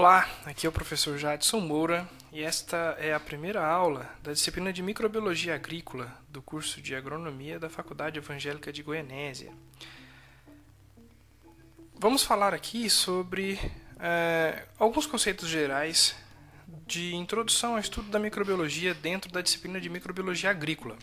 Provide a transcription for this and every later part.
Olá, aqui é o professor Jadson Moura e esta é a primeira aula da disciplina de Microbiologia Agrícola do curso de Agronomia da Faculdade Evangélica de Goianésia. Vamos falar aqui sobre alguns conceitos gerais de introdução ao estudo da microbiologia dentro da disciplina de Microbiologia Agrícola.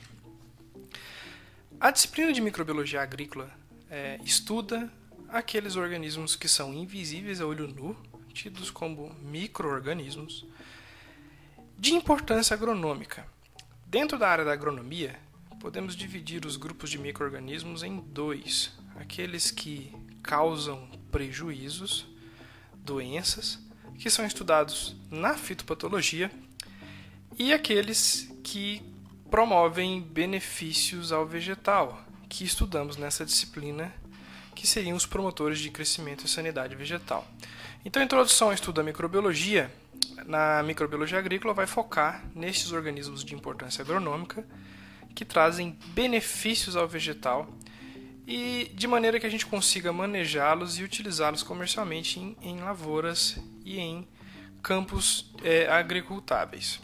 A disciplina de Microbiologia Agrícola estuda aqueles organismos que são invisíveis a olho nu, tidos como micro-organismos, de importância agronômica. Dentro da área da agronomia, podemos dividir os grupos de micro-organismos em dois: aqueles que causam prejuízos, doenças, que são estudados na fitopatologia, e aqueles que promovem benefícios ao vegetal, que estudamos nessa disciplina, que seriam os promotores de crescimento e sanidade vegetal. Então, a introdução ao estudo da microbiologia, na microbiologia agrícola, vai focar nestes organismos de importância agronômica que trazem benefícios ao vegetal e de maneira que a gente consiga manejá-los e utilizá-los comercialmente em lavouras e em campos agricultáveis.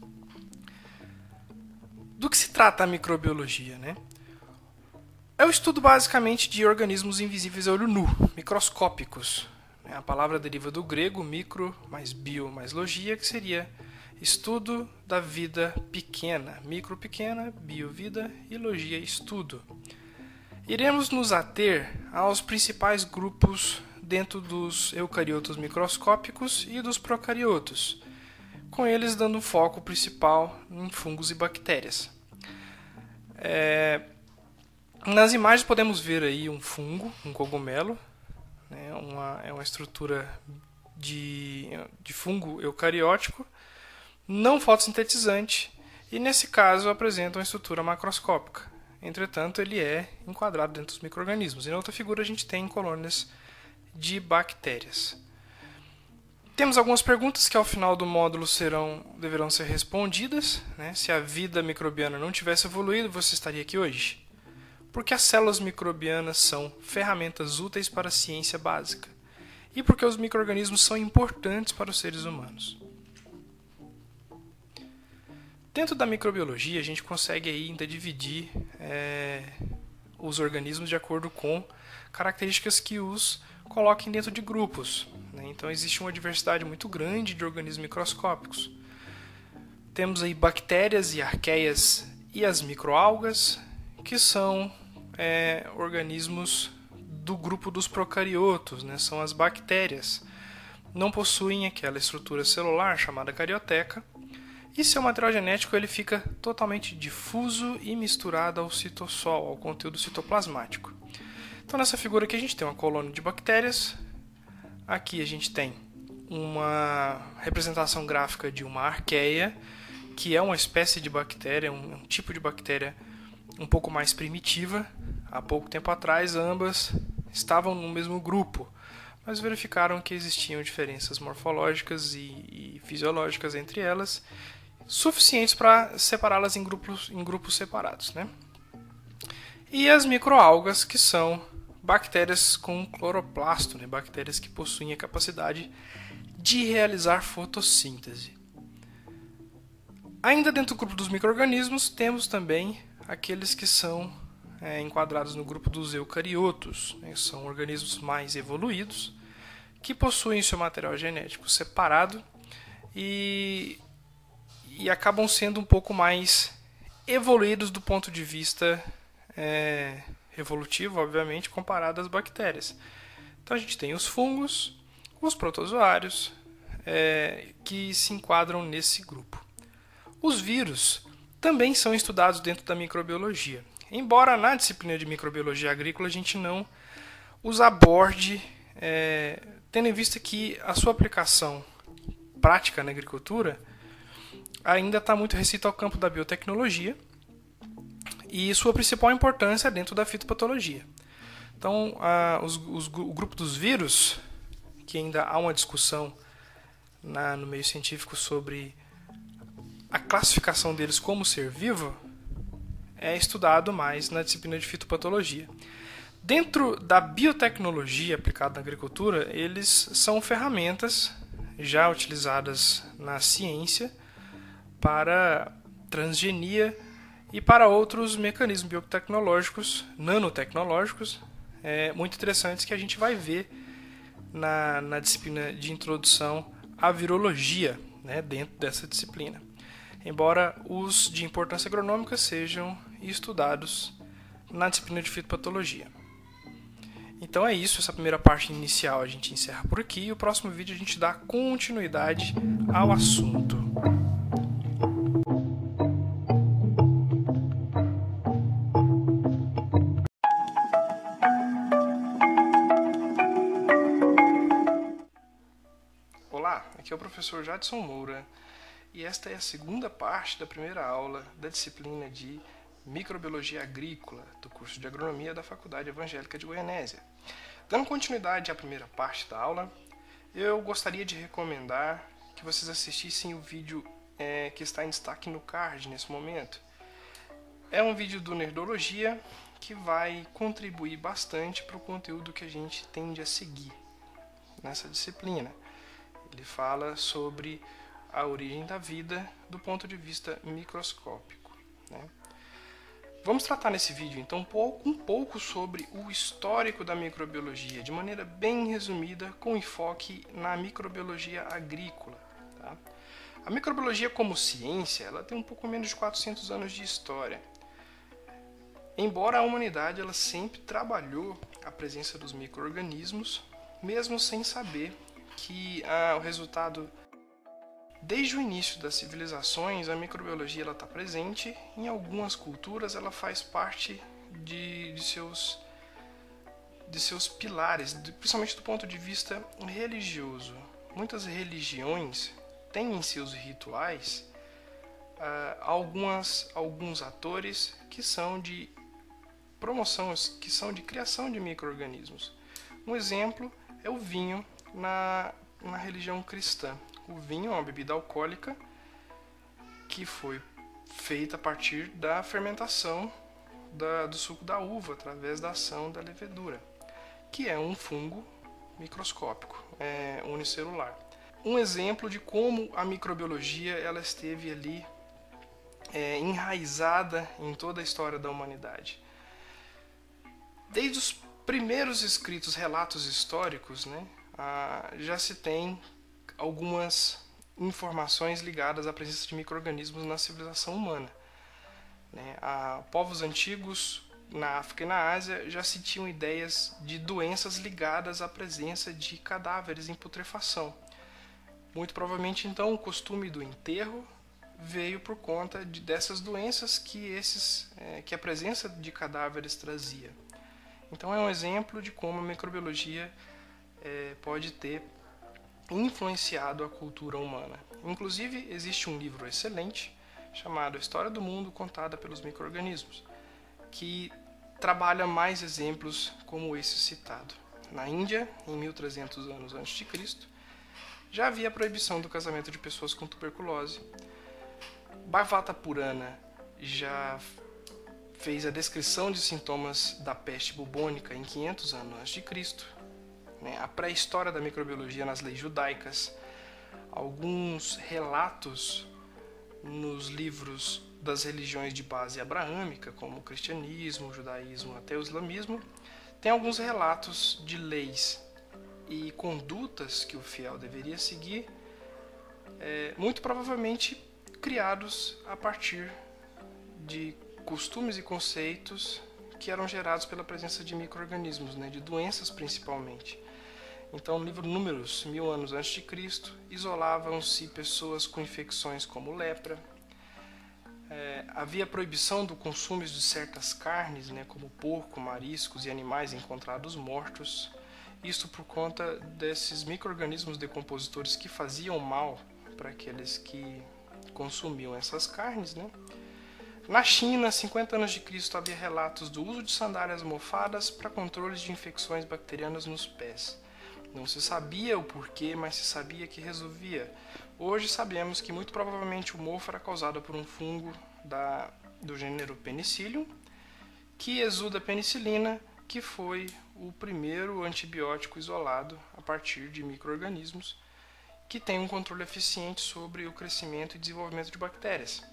Do que se trata a microbiologia, né? É o estudo basicamente de organismos invisíveis a olho nu, microscópicos. A palavra deriva do grego micro mais bio mais logia, que seria estudo da vida pequena. Micro pequena, bio vida e logia estudo. Iremos nos ater aos principais grupos dentro dos eucariotos microscópicos e dos procariotos, com eles dando foco principal em fungos e bactérias. Nas imagens podemos ver aí um fungo, um cogumelo, é uma estrutura de fungo eucariótico, não fotossintetizante, e nesse caso apresenta uma estrutura macroscópica. Entretanto, ele é enquadrado dentro dos micro-organismos. E na outra figura a gente tem colônias de bactérias. Temos algumas perguntas que ao final do módulo deverão ser respondidas. Se a vida microbiana não tivesse evoluído, você estaria aqui hoje? Porque as células microbianas são ferramentas úteis para a ciência básica e porque os micro-organismos são importantes para os seres humanos. Dentro da microbiologia, a gente consegue ainda dividir os organismos de acordo com características que os coloquem dentro de grupos. Então, existe uma diversidade muito grande de organismos microscópicos. Temos aí bactérias e arqueias e as microalgas, que são organismos do grupo dos procariotos, são as bactérias. Não possuem aquela estrutura celular chamada carioteca, e seu material genético ele fica totalmente difuso e misturado ao citossol, ao conteúdo citoplasmático. Então, nessa figura aqui a gente tem uma colônia de bactérias, aqui a gente tem uma representação gráfica de uma arqueia, que é uma espécie de bactéria, um tipo de bactéria um pouco mais primitiva. Há pouco tempo atrás, ambas estavam no mesmo grupo, mas verificaram que existiam diferenças morfológicas e fisiológicas entre elas, suficientes para separá-las em grupos separados. E as microalgas, que são bactérias com cloroplasto, bactérias que possuem a capacidade de realizar fotossíntese. Ainda dentro do grupo dos micro-organismos, temos também aqueles que são enquadrados no grupo dos eucariotos. São organismos mais evoluídos, que possuem seu material genético separado e acabam sendo um pouco mais evoluídos do ponto de vista evolutivo, obviamente, comparado às bactérias. Então a gente tem os fungos, os protozoários, que se enquadram nesse grupo. Os vírus também são estudados dentro da microbiologia. Embora na disciplina de microbiologia agrícola a gente não os aborde, tendo em vista que a sua aplicação prática na agricultura ainda está muito restrita ao campo da biotecnologia e sua principal importância é dentro da fitopatologia. Então, o grupo dos vírus, que ainda há uma discussão no meio científico sobre a classificação deles como ser vivo, é estudado mais na disciplina de fitopatologia. Dentro da biotecnologia aplicada na agricultura, eles são ferramentas já utilizadas na ciência para transgenia e para outros mecanismos biotecnológicos, nanotecnológicos, muito interessantes que a gente vai ver na disciplina de introdução à virologia, né, dentro dessa disciplina. Embora os de importância agronômica sejam estudados na disciplina de fitopatologia. Então é isso, essa primeira parte inicial a gente encerra por aqui e o próximo vídeo a gente dá continuidade ao assunto. Olá, aqui é o professor Jadson Moura e esta é a segunda parte da primeira aula da disciplina de Microbiologia Agrícola do curso de Agronomia da Faculdade Evangélica de Goianésia. Dando continuidade à primeira parte da aula, eu gostaria de recomendar que vocês assistissem o vídeo que está em destaque no card nesse momento. É um vídeo do Nerdologia que vai contribuir bastante para o conteúdo que a gente tende a seguir nessa disciplina. Ele fala sobre a origem da vida do ponto de vista microscópico, né? Vamos tratar nesse vídeo então um pouco sobre o histórico da microbiologia, de maneira bem resumida, com enfoque na microbiologia agrícola. Tá? A microbiologia como ciência, ela tem um pouco menos de 400 anos de história. Embora a humanidade ela sempre trabalhou a presença dos micro-organismos, mesmo sem saber que o resultado. Desde o início das civilizações, a microbiologia está presente. Em algumas culturas, ela faz parte de seus pilares, principalmente do ponto de vista religioso. Muitas religiões têm em seus rituais alguns atores que são de promoção, que são de criação de micro-organismos. Um exemplo é o vinho na religião cristã. O vinho é uma bebida alcoólica que foi feita a partir da fermentação do suco da uva através da ação da levedura, que é um fungo microscópico, unicelular. Um exemplo de como a microbiologia ela esteve ali enraizada em toda a história da humanidade. Desde os primeiros escritos, relatos históricos, né, já se tem algumas informações ligadas à presença de micro-organismos na civilização humana. Povos antigos na África e na Ásia já se tinham ideias de doenças ligadas à presença de cadáveres em putrefação. Muito provavelmente, então, o costume do enterro veio por conta dessas doenças que a presença de cadáveres trazia. Então é um exemplo de como a microbiologia pode ter influenciado a cultura humana. Inclusive, existe um livro excelente chamado História do Mundo Contada pelos Micro-Organismos, que trabalha mais exemplos como esse citado. Na Índia, em 1300 anos antes de Cristo, já havia a proibição do casamento de pessoas com tuberculose. Bharata Purana já fez a descrição de sintomas da peste bubônica em 500 anos antes de Cristo. A pré-história da microbiologia nas leis judaicas, alguns relatos nos livros das religiões de base abraâmica, como o cristianismo, o judaísmo até o islamismo, tem alguns relatos de leis e condutas que o fiel deveria seguir, muito provavelmente criados a partir de costumes e conceitos que eram gerados pela presença de micro-organismos, de doenças principalmente. Então, no livro Números, 1000 anos antes de Cristo, isolavam-se pessoas com infecções como lepra. Havia proibição do consumo de certas carnes, como porco, mariscos e animais encontrados mortos. Isto por conta desses micro-organismos decompositores que faziam mal para aqueles que consumiam essas carnes. Na China, 50 anos de Cristo, havia relatos do uso de sandálias mofadas para controles de infecções bacterianas nos pés. Não se sabia o porquê, mas se sabia que resolvia. Hoje sabemos que muito provavelmente o mofo era causado por um fungo do gênero Penicillium, que exuda penicilina, que foi o primeiro antibiótico isolado a partir de micro-organismos, que tem um controle eficiente sobre o crescimento e desenvolvimento de bactérias.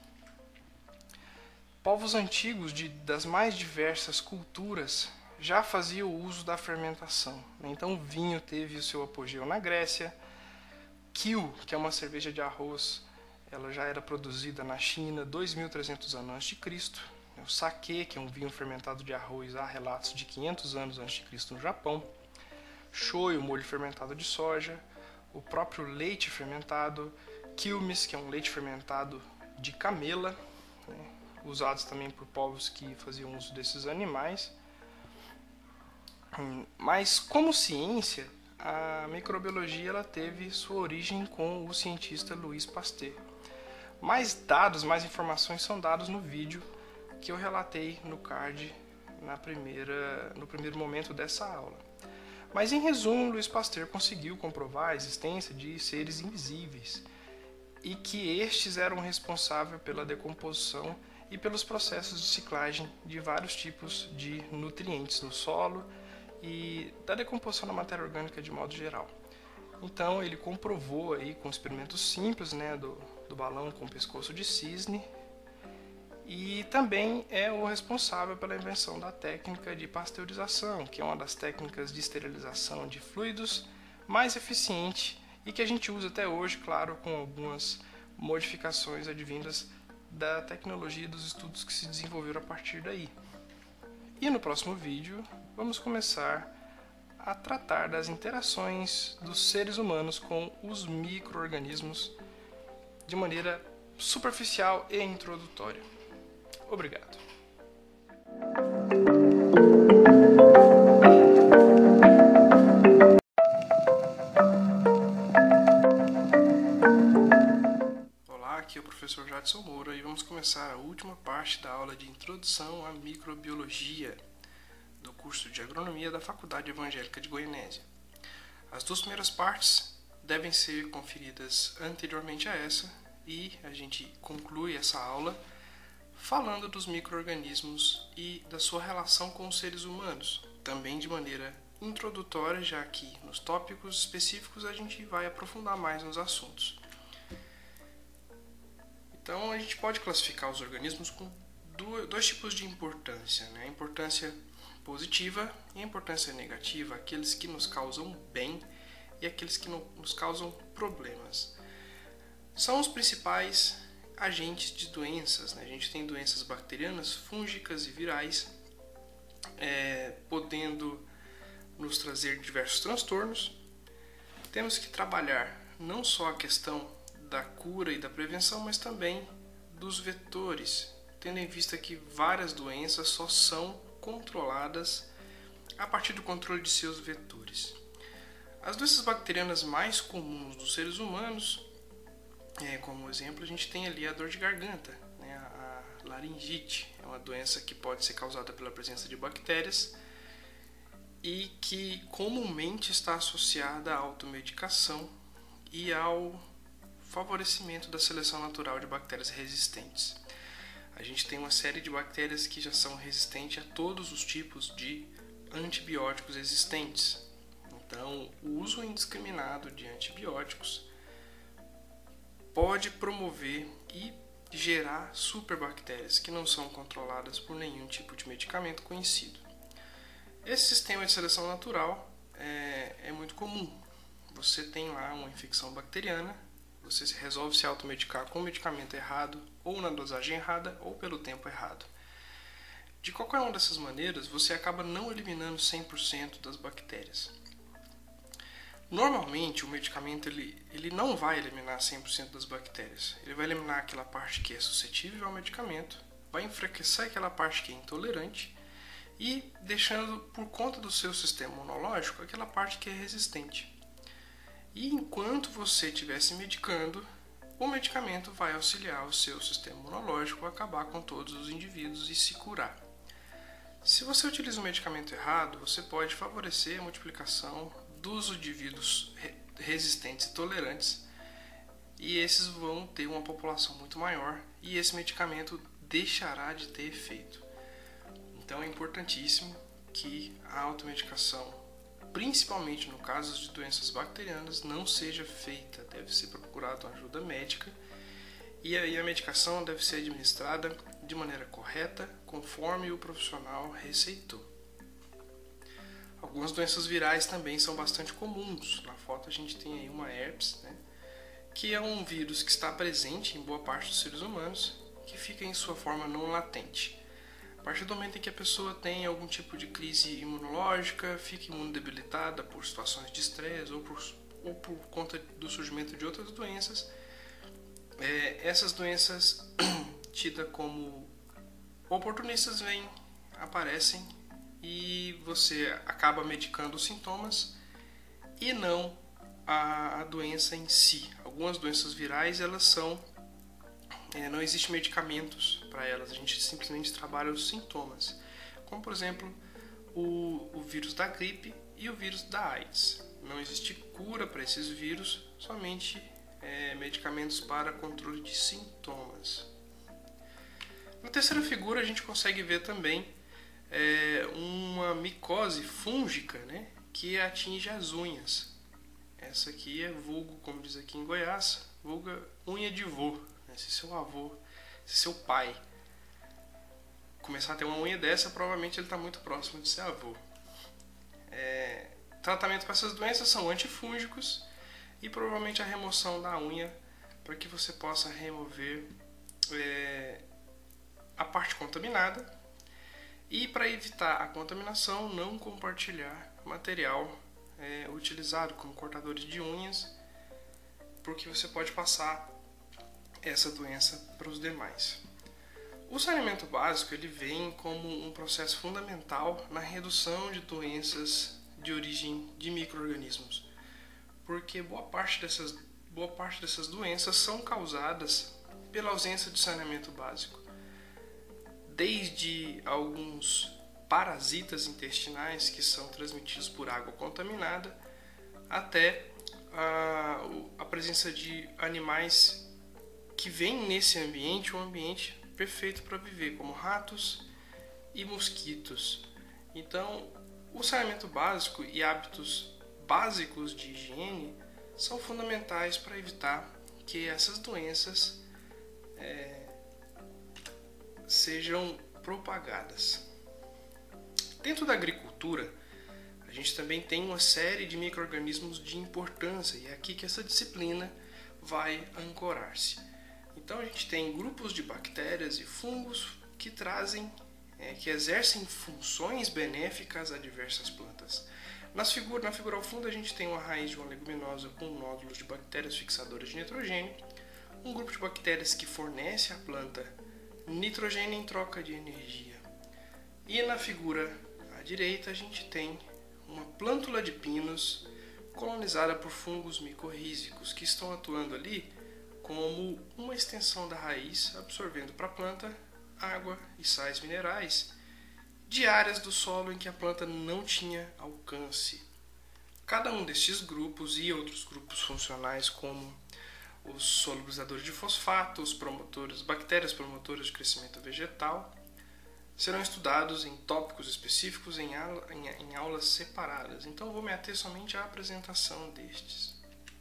Povos antigos das mais diversas culturas já faziam uso da fermentação. Então o vinho teve o seu apogeu na Grécia. Kil, que é uma cerveja de arroz, ela já era produzida na China 2.300 anos antes de Cristo. O sake, que é um vinho fermentado de arroz, há relatos de 500 anos antes de Cristo no Japão. Shoyu, molho fermentado de soja. O próprio leite fermentado. Quilmes, que é um leite fermentado de camela, né, usados também por povos que faziam uso desses animais. Mas como ciência, a microbiologia ela teve sua origem com o cientista Louis Pasteur. Mais dados, mais informações são dados no vídeo que eu relatei no card no primeiro momento dessa aula. Mas em resumo, Louis Pasteur conseguiu comprovar a existência de seres invisíveis e que estes eram responsáveis pela decomposição e pelos processos de ciclagem de vários tipos de nutrientes no solo e da decomposição da matéria orgânica de modo geral. Então ele comprovou aí com experimentos simples, né, do balão com pescoço de cisne, e também é o responsável pela invenção da técnica de pasteurização, que é uma das técnicas de esterilização de fluidos mais eficiente e que a gente usa até hoje, claro, com algumas modificações advindas da tecnologia e dos estudos que se desenvolveram a partir daí. E no próximo vídeo vamos começar a tratar das interações dos seres humanos com os micro-organismos de maneira superficial e introdutória. Obrigado. Olá, aqui é o professor Jadson Moura e vamos começar a última parte da aula de Introdução à Microbiologia do curso de Agronomia da Faculdade Evangélica de Goianésia. As duas primeiras partes devem ser conferidas anteriormente a essa e a gente conclui essa aula falando dos micro-organismos e da sua relação com os seres humanos, também de maneira introdutória, já que nos tópicos específicos a gente vai aprofundar mais nos assuntos. Então a gente pode classificar os organismos com dois tipos de importância, né? A importância positiva e a importância negativa, aqueles que nos causam bem e aqueles que nos causam problemas. São os principais agentes de doenças, né? A gente tem doenças bacterianas, fúngicas e virais, podendo nos trazer diversos transtornos. Temos que trabalhar não só a questão da cura e da prevenção, mas também dos vetores, tendo em vista que várias doenças só são controladas a partir do controle de seus vetores. As doenças bacterianas mais comuns dos seres humanos, como exemplo, a gente tem ali a dor de garganta, né? A laringite é uma doença que pode ser causada pela presença de bactérias e que comumente está associada à automedicação e ao favorecimento da seleção natural de bactérias resistentes. A gente tem uma série de bactérias que já são resistentes a todos os tipos de antibióticos existentes. Então, o uso indiscriminado de antibióticos pode promover e gerar superbactérias que não são controladas por nenhum tipo de medicamento conhecido. Esse sistema de seleção natural é muito comum. Você tem lá uma infecção bacteriana, você resolve se automedicar com o medicamento errado, ou na dosagem errada, ou pelo tempo errado. De qualquer uma dessas maneiras, você acaba não eliminando 100% das bactérias. Normalmente, o medicamento ele não vai eliminar 100% das bactérias. Ele vai eliminar aquela parte que é suscetível ao medicamento, vai enfraquecer aquela parte que é intolerante e deixando por conta do seu sistema imunológico aquela parte que é resistente. E enquanto você estiver se medicando, o medicamento vai auxiliar o seu sistema imunológico a acabar com todos os indivíduos e se curar. Se você utiliza o medicamento errado, você pode favorecer a multiplicação dos indivíduos resistentes e tolerantes, e esses vão ter uma população muito maior e esse medicamento deixará de ter efeito. Então é importantíssimo que a automedicação principalmente no caso de doenças bacterianas, não seja feita. Deve ser procurada uma ajuda médica e aí a medicação deve ser administrada de maneira correta, conforme o profissional receitou. Algumas doenças virais também são bastante comuns. Na foto a gente tem aí uma herpes, né, que é um vírus que está presente em boa parte dos seres humanos, que fica em sua forma não latente. A partir do momento em que a pessoa tem algum tipo de crise imunológica, fica imunodebilitada por situações de estresse ou por conta do surgimento de outras doenças, essas doenças tidas como oportunistas aparecem e você acaba medicando os sintomas e não a doença em si. Algumas doenças virais, elas são não existe medicamentos para elas, a gente simplesmente trabalha os sintomas, como por exemplo o vírus da gripe e o vírus da AIDS. Não existe cura para esses vírus, somente medicamentos para controle de sintomas. Na terceira figura a gente consegue ver também uma micose fúngica, né, que atinge as unhas. Essa aqui é vulgo, como diz aqui em Goiás, vulga unha de vô. Se seu avô, se seu pai começar a ter uma unha dessa, provavelmente ele está muito próximo de ser avô. Tratamento para essas doenças são antifúngicos e provavelmente a remoção da unha para que você possa remover a parte contaminada e, para evitar a contaminação, não compartilhar material utilizado como cortadores de unhas, porque você pode passar essa doença para os demais. O saneamento básico ele vem como um processo fundamental na redução de doenças de origem de micro-organismos, porque boa parte dessas doenças são causadas pela ausência de saneamento básico. Desde alguns parasitas intestinais que são transmitidos por água contaminada, até a presença de animais que vêm nesse ambiente, um ambiente perfeito para viver, como ratos e mosquitos. Então, o saneamento básico e hábitos básicos de higiene são fundamentais para evitar que essas doenças sejam propagadas. Dentro da agricultura, a gente também tem uma série de micro-organismos de importância e é aqui que essa disciplina vai ancorar-se. Então a gente tem grupos de bactérias e fungos que que exercem funções benéficas a diversas plantas. Na figura ao fundo a gente tem uma raiz de uma leguminosa com nódulos de bactérias fixadoras de nitrogênio, um grupo de bactérias que fornece à planta nitrogênio em troca de energia. E na figura à direita a gente tem uma plântula de pinos colonizada por fungos micorrízicos que estão atuando ali como uma extensão da raiz, absorvendo para a planta água e sais minerais de áreas do solo em que a planta não tinha alcance. Cada um destes grupos e outros grupos funcionais, como os solubilizadores de fosfato, bactérias promotoras de crescimento vegetal, serão estudados em tópicos específicos em aulas separadas. Então vou me ater somente à apresentação destes.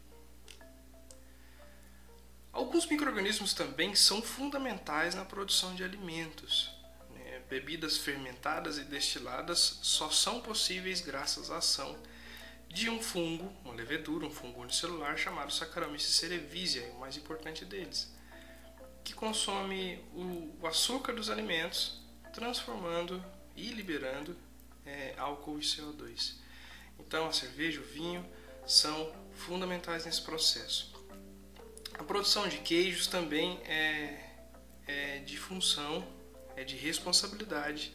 Alguns micro-organismos também são fundamentais na produção de alimentos. Bebidas fermentadas e destiladas só são possíveis graças à ação de um fungo, uma levedura, um fungo unicelular chamado Saccharomyces cerevisiae, o mais importante deles, que consome o açúcar dos alimentos, transformando e liberando álcool e CO2. Então a cerveja e o vinho são fundamentais nesse processo. A produção de queijos também é de função, é de responsabilidade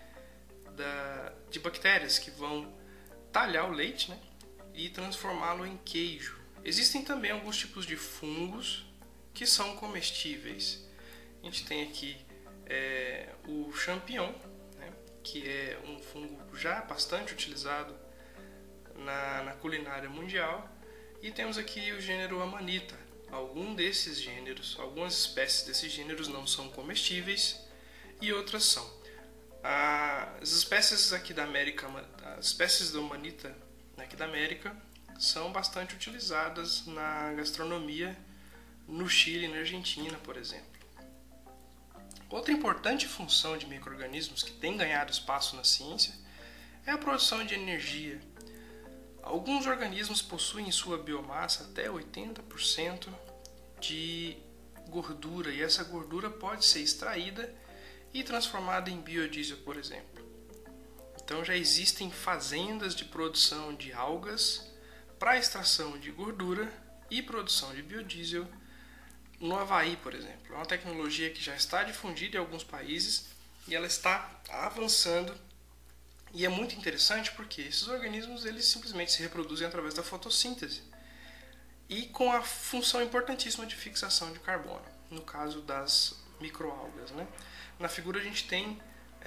de bactérias que vão talhar o leite, né, e transformá-lo em queijo. Existem também alguns tipos de fungos que são comestíveis. A gente tem aqui o champignon, né, que é um fungo já bastante utilizado na culinária mundial, e temos aqui o gênero Amanita. Algumas espécies desses gêneros não são comestíveis e outras são. As espécies aqui da América, as espécies da Amanita aqui da América, são bastante utilizadas na gastronomia no Chile e na Argentina, por exemplo. Outra importante função de micro-organismos que tem ganhado espaço na ciência é a produção de energia. Alguns organismos possuem em sua biomassa até 80% de gordura, e essa gordura pode ser extraída e transformada em biodiesel, por exemplo. Então já existem fazendas de produção de algas para extração de gordura e produção de biodiesel no Havaí, por exemplo. É uma tecnologia que já está difundida em alguns países e ela está avançando. E é muito interessante porque esses organismos eles simplesmente se reproduzem através da fotossíntese e com a função importantíssima de fixação de carbono, no caso das microalgas, né? Na figura a gente tem,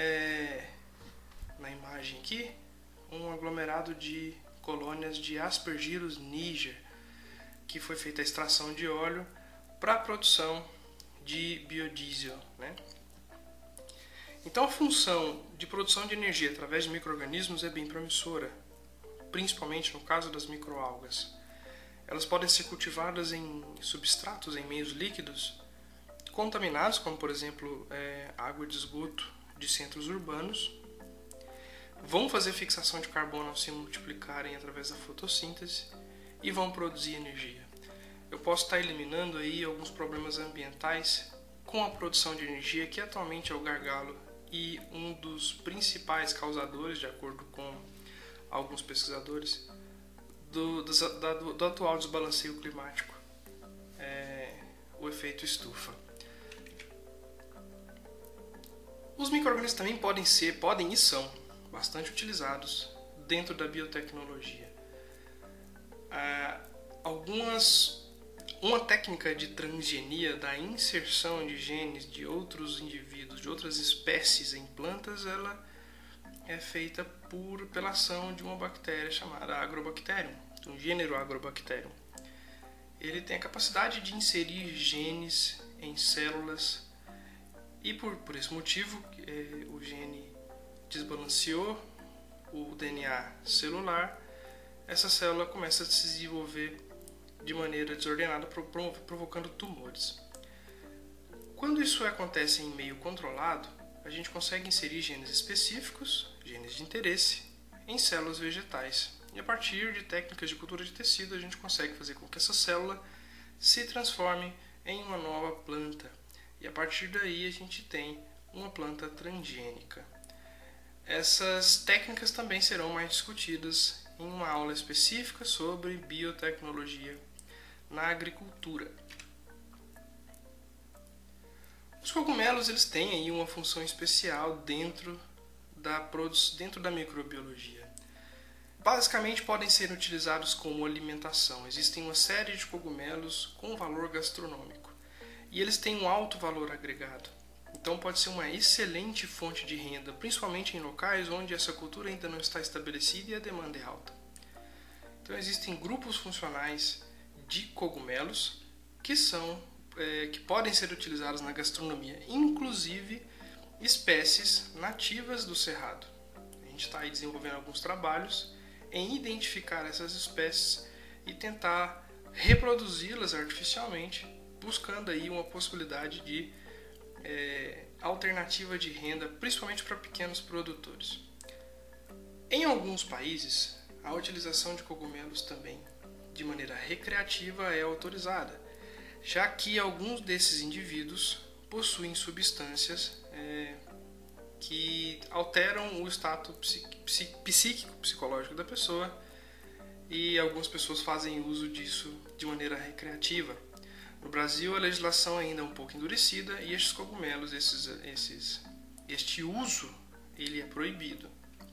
na imagem aqui, um aglomerado de colônias de Aspergillus niger, que foi feita a extração de óleo para a produção de biodiesel, né? Então a função de produção de energia através de micro-organismos é bem promissora, principalmente no caso das microalgas. Elas podem ser cultivadas em substratos, em meios líquidos, contaminados, como por exemplo água de esgoto de centros urbanos, vão fazer fixação de carbono ao se multiplicarem através da fotossíntese e vão produzir energia. Eu posso estar eliminando aí alguns problemas ambientais com a produção de energia, que atualmente é o gargalo e um dos principais causadores, de acordo com alguns pesquisadores, do atual desbalanceio climático, o efeito estufa. Os micro-organismos também podem e são bastante utilizados dentro da biotecnologia. Uma técnica de transgenia da inserção de genes de outros indivíduos, de outras espécies em plantas, ela é feita pela ação de uma bactéria chamada Agrobacterium, um gênero Agrobacterium. Ele tem a capacidade de inserir genes em células e por esse motivo o gene desbalanceou o DNA celular, essa célula começa a se desenvolver de maneira desordenada, provocando tumores. Quando isso acontece em meio controlado, a gente consegue inserir genes específicos, genes de interesse, em células vegetais. E a partir de técnicas de cultura de tecido, a gente consegue fazer com que essa célula se transforme em uma nova planta. E a partir daí a gente tem uma planta transgênica. Essas técnicas também serão mais discutidas em uma aula específica sobre biotecnologia na agricultura. Os cogumelos eles têm aí uma função especial dentro da microbiologia. Basicamente podem ser utilizados como alimentação. Existem uma série de cogumelos com valor gastronômico e eles têm um alto valor agregado. Então pode ser uma excelente fonte de renda, principalmente em locais onde essa cultura ainda não está estabelecida e a demanda é alta. Então existem grupos funcionais de cogumelos que podem ser utilizados na gastronomia, inclusive espécies nativas do cerrado. A gente está aí desenvolvendo alguns trabalhos em identificar essas espécies e tentar reproduzi-las artificialmente, buscando aí uma possibilidade de alternativa de renda, principalmente para pequenos produtores. Em alguns países, a utilização de cogumelos também de maneira recreativa é autorizada, já que alguns desses indivíduos possuem substâncias que alteram o status psicológico da pessoa, e algumas pessoas fazem uso disso de maneira recreativa. No Brasil, a legislação ainda é um pouco endurecida e estes cogumelos, este uso, ele é proibido.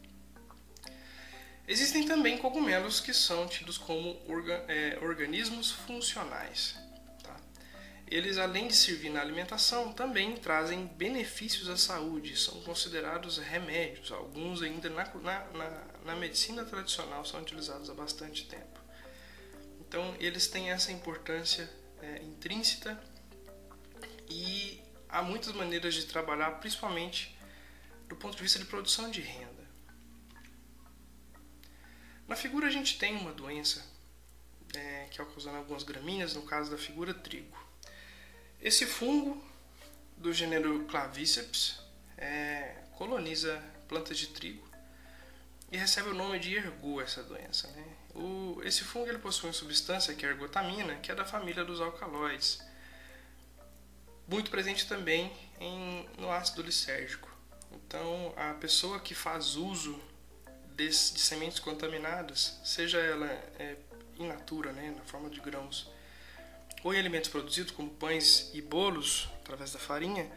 Existem também cogumelos que são tidos como organismos funcionais. Tá? Eles, além de servir na alimentação, também trazem benefícios à saúde, são considerados remédios. Alguns ainda na medicina tradicional são utilizados há bastante tempo. Então, eles têm essa importância intrínseca e há muitas maneiras de trabalhar, principalmente do ponto de vista de produção de renda. Na Na figura a gente tem uma doença que é causando algumas gramíneas, no caso da figura trigo. Esse fungo do gênero Clavíceps coloniza plantas de trigo e recebe o nome de ergo, essa doença. Né? Esse fungo ele possui uma substância que é a ergotamina, que é da família dos alcaloides, muito presente também no ácido lisérgico. Então, a pessoa que faz uso de sementes contaminadas, seja ela in natura, né, na forma de grãos, ou em alimentos produzidos como pães e bolos, através da farinha,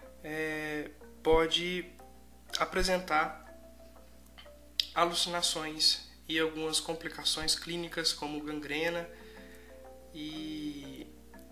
pode apresentar alucinações e algumas complicações clínicas como gangrena e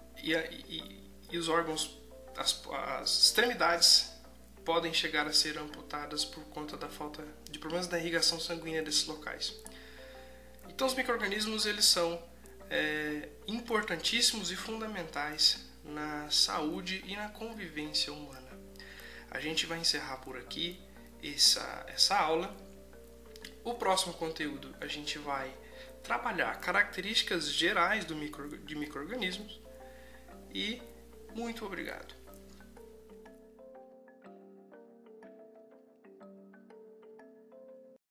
os órgãos, as extremidades podem chegar a ser amputadas por conta da falta de problemas da irrigação sanguínea desses locais. Então os micro-organismos eles são importantíssimos e fundamentais na saúde e na convivência humana. A gente vai encerrar por aqui essa aula. O próximo conteúdo a gente vai trabalhar características gerais de micro-organismos e muito obrigado.